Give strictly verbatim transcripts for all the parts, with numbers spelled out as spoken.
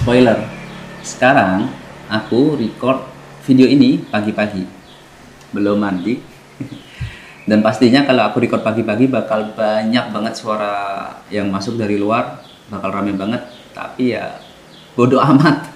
Spoiler, sekarang aku record video ini pagi-pagi, belum mandi. Dan pastinya kalau aku record pagi-pagi bakal banyak banget suara yang masuk dari luar, bakal rame banget. Tapi ya bodoh amat.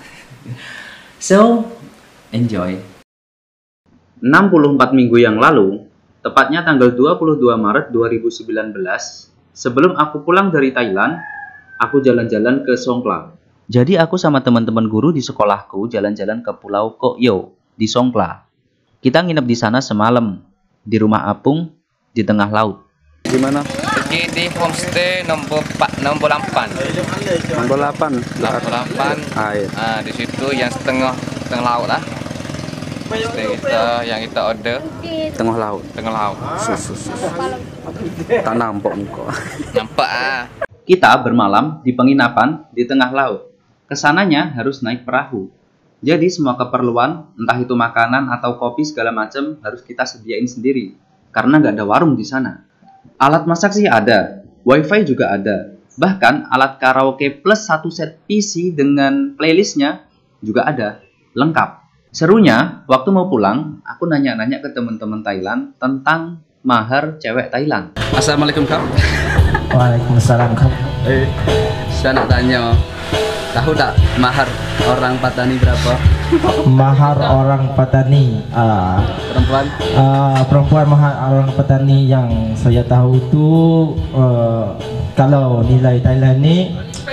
So, enjoy. enam puluh empat minggu yang lalu, tepatnya tanggal dua puluh dua Maret dua ribu sembilan belas, sebelum aku pulang dari Thailand, aku jalan-jalan ke Songkhla. Jadi aku sama teman-teman guru di sekolahku jalan-jalan ke Pulau Kok Yew di Songkhla. Kita nginep di sana semalam di rumah apung di tengah laut. Gimana? Pergi di homestay nomor nomor delapan. Nomor delapan. Nomor delapan. Air. Ah, di situ yang setengah tengah laut lah. Homestay kita yang kita order Tengah laut. tengah laut. Sus, sus, sus. Tak nampak muka. Nampak ah. Kita bermalam di penginapan di tengah laut. Kesananya harus naik perahu. Jadi semua keperluan, entah itu makanan atau kopi segala macam harus kita sediain sendiri. Karena nggak ada warung di sana. Alat masak sih ada, wifi juga ada. Bahkan alat karaoke plus satu set P C dengan playlistnya juga ada, lengkap. Serunya, waktu mau pulang, aku nanya-nanya ke teman-teman Thailand tentang mahar cewek Thailand. Assalamualaikum kak. Waalaikumsalam kak. Eh, saya nak tanya, tahu tak mahar orang Patani berapa? Mahar orang Patani, uh, Perempuan? uh, perempuan mahar orang Patani yang saya tahu tu uh, kalau nilai Thailand ni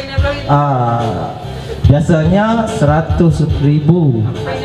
uh, biasanya seratus ribu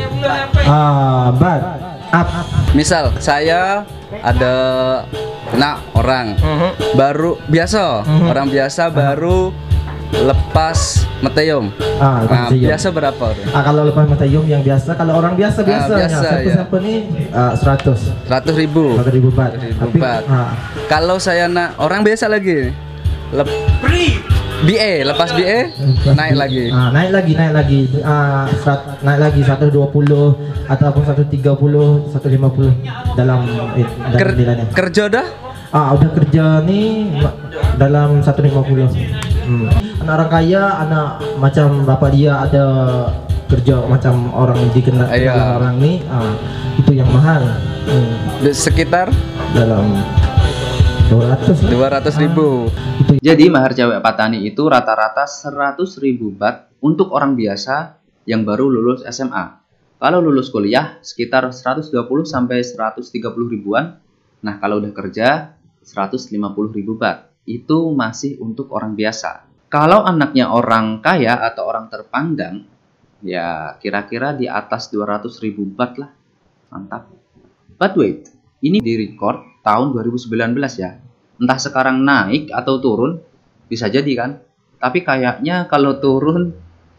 uh, baht up. Misal saya ada kena orang baru biasa, Mhm. orang biasa baru lepas meteyom. Ah, lepas Nah, meteyom. biasa berapa? Ah, kalau lepas metayum yang biasa, kalau orang biasa biasanya biasa, siapa-siapa ni uh, seratus Seratus ribu. seratus ribu baht. Seratus ribu Tapi baht. ah, Kalau saya nak orang biasa lagi, lep B A, lepas B A naik lagi. Ah, naik lagi, naik lagi. Ah, serat, naik lagi seratus dua puluh ataupun seratus tiga puluh, seratus lima puluh dalam eh, dalam Ker- nilainya. kerja dah? Ah, udah kerja ni ma- dalam seratus lima puluh. Hmm. Anak orang kaya, anak macam bapak dia ada kerja macam orang dikenal Iya. dikenal orang ni, ah, itu yang mahal. Hmm. Di sekitar Dalam dua ratus lah. dua ratus ribu. Itu Jadi mahar cewek Patani itu rata-rata seratus ribu baht untuk orang biasa yang baru lulus S M A. Kalau lulus kuliah sekitar seratus dua puluh sampai seratus tiga puluh ribuan. Nah, kalau udah kerja seratus lima puluh ribu baht. Itu masih untuk orang biasa. Kalau anaknya orang kaya atau orang terpandang, ya kira-kira di atas dua ratus ribu baht lah. Mantap. But wait, ini direcord tahun dua ribu sembilan belas ya. Entah sekarang naik atau turun, bisa jadi kan. Tapi kayaknya kalau turun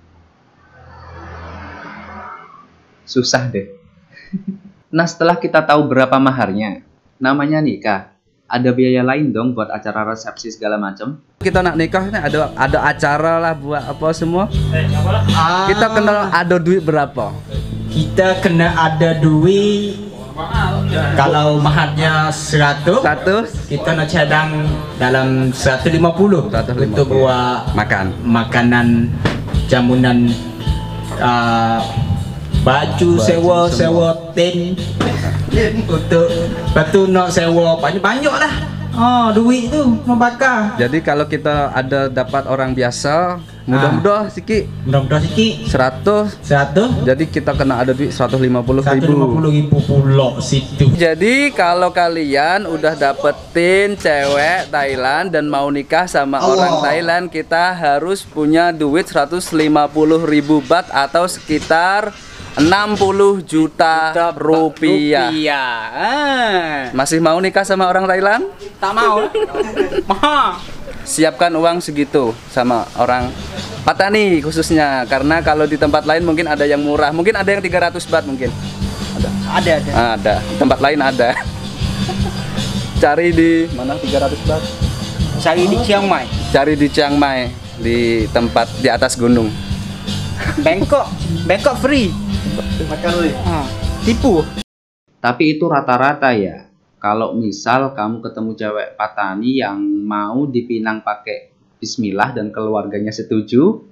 susah deh. Nah, setelah kita tahu berapa maharnya, namanya nikah, ada biaya lain dong buat acara resepsi segala macam. Kita nak nikah ini ada ada acara lah buat apa semua. Ah, Kita kenal ada duit berapa? kita kena ada duit. Kalau maharnya seratus, Satu kita nak cadang dalam seratus lima puluh seratus lima untuk puluh. buat Makan. makanan, jamunan, uh, baju, sewa, semua. sewa tent untuk, lepas tu nak sewa banyak-banyak lah. Oh, duit tu nak bakar. Jadi kalau kita ada dapat orang biasa, mudah-mudah sikit Mudah-mudahan sikit. seratus. Seratus, Jadi kita kena ada duit seratus lima puluh seratus lima ribu. puluh ribu pulak situ. Jadi kalau kalian udah dapetin cewek Thailand dan mau nikah sama Allah. orang Thailand, kita harus punya duit seratus lima puluh ribu baht atau sekitar enam puluh juta rupiah. Ah. Masih mau nikah sama orang Thailand? Tak mau. Mahal. Siapkan uang segitu sama orang Patani khususnya, karena kalau di tempat lain mungkin ada yang murah, mungkin ada yang tiga ratus baht mungkin. Ada. Ada ada. Ada. Tempat lain ada. Cari di mana tiga ratus baht? Cari di Chiang Mai, Cari di Chiang Mai, di tempat di atas gunung. Bangkok, Bangkok free. Makan boleh. Ha, tipu. Tapi itu rata-rata ya. Kalau misal kamu ketemu cewek Patani yang mau dipinang pakai bismillah dan keluarganya setuju,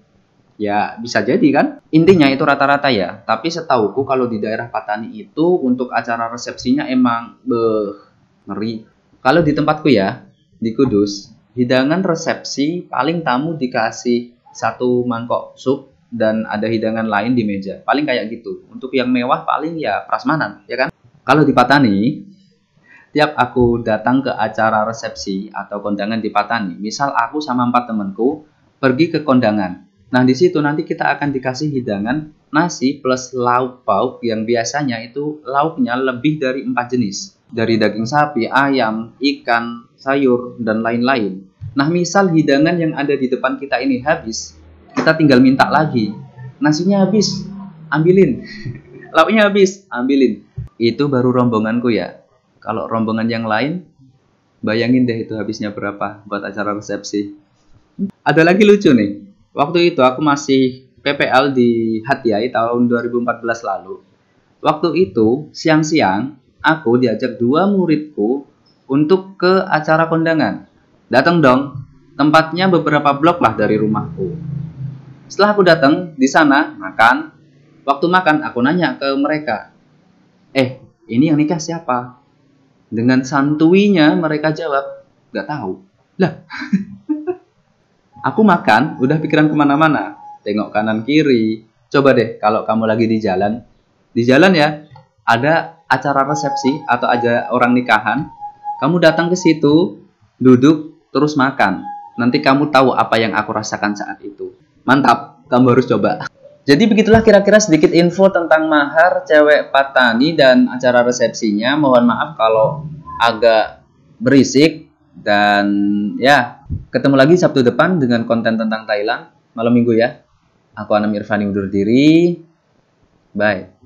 Ya, bisa jadi kan? Intinya itu rata-rata ya. Tapi setauku kalau di daerah Patani itu untuk acara resepsinya emang beh, ngeri. Kalau di tempatku ya, di Kudus, hidangan resepsi paling tamu dikasih satu mangkok sup dan ada hidangan lain di meja. Paling kayak gitu. Untuk yang mewah paling ya prasmanan, ya kan? Kalau di Patani, tiap aku datang ke acara resepsi atau kondangan di Patani, misal aku sama empat temanku pergi ke kondangan. Nah, di situ nanti kita akan dikasih hidangan nasi plus lauk pauk yang biasanya itu lauknya lebih dari empat jenis. Dari daging sapi, ayam, ikan, sayur, dan lain-lain. Nah, misal hidangan yang ada di depan kita ini habis, kita tinggal minta lagi. Nasinya habis, ambilin. Lauknya habis, ambilin. Itu baru rombonganku ya. Kalau rombongan yang lain, bayangin deh itu habisnya berapa buat acara resepsi. Ada lagi lucu nih. Waktu itu aku masih P P L di Hatyai tahun dua ribu empat belas lalu. Waktu itu siang-siang aku diajak dua muridku untuk ke acara kondangan. Datang dong, tempatnya beberapa blok lah dari rumahku. Setelah aku datang di sana makan, waktu makan aku nanya ke mereka, eh ini yang nikah siapa? Dengan santuinya mereka jawab, gak tahu. Lah. Aku makan, udah pikiran kemana-mana. Tengok kanan kiri. Coba deh, kalau kamu lagi di jalan. Di jalan ya, ada acara resepsi atau ada orang nikahan. Kamu datang ke situ, duduk, terus makan. Nanti kamu tahu apa yang aku rasakan saat itu. Mantap, kamu harus coba. Jadi begitulah kira-kira sedikit info tentang mahar cewek Patani dan acara resepsinya. Mohon maaf kalau agak berisik. Dan ya, ketemu lagi Sabtu depan dengan konten tentang Thailand malam minggu ya. Aku Anam Irfani undur diri. Bye.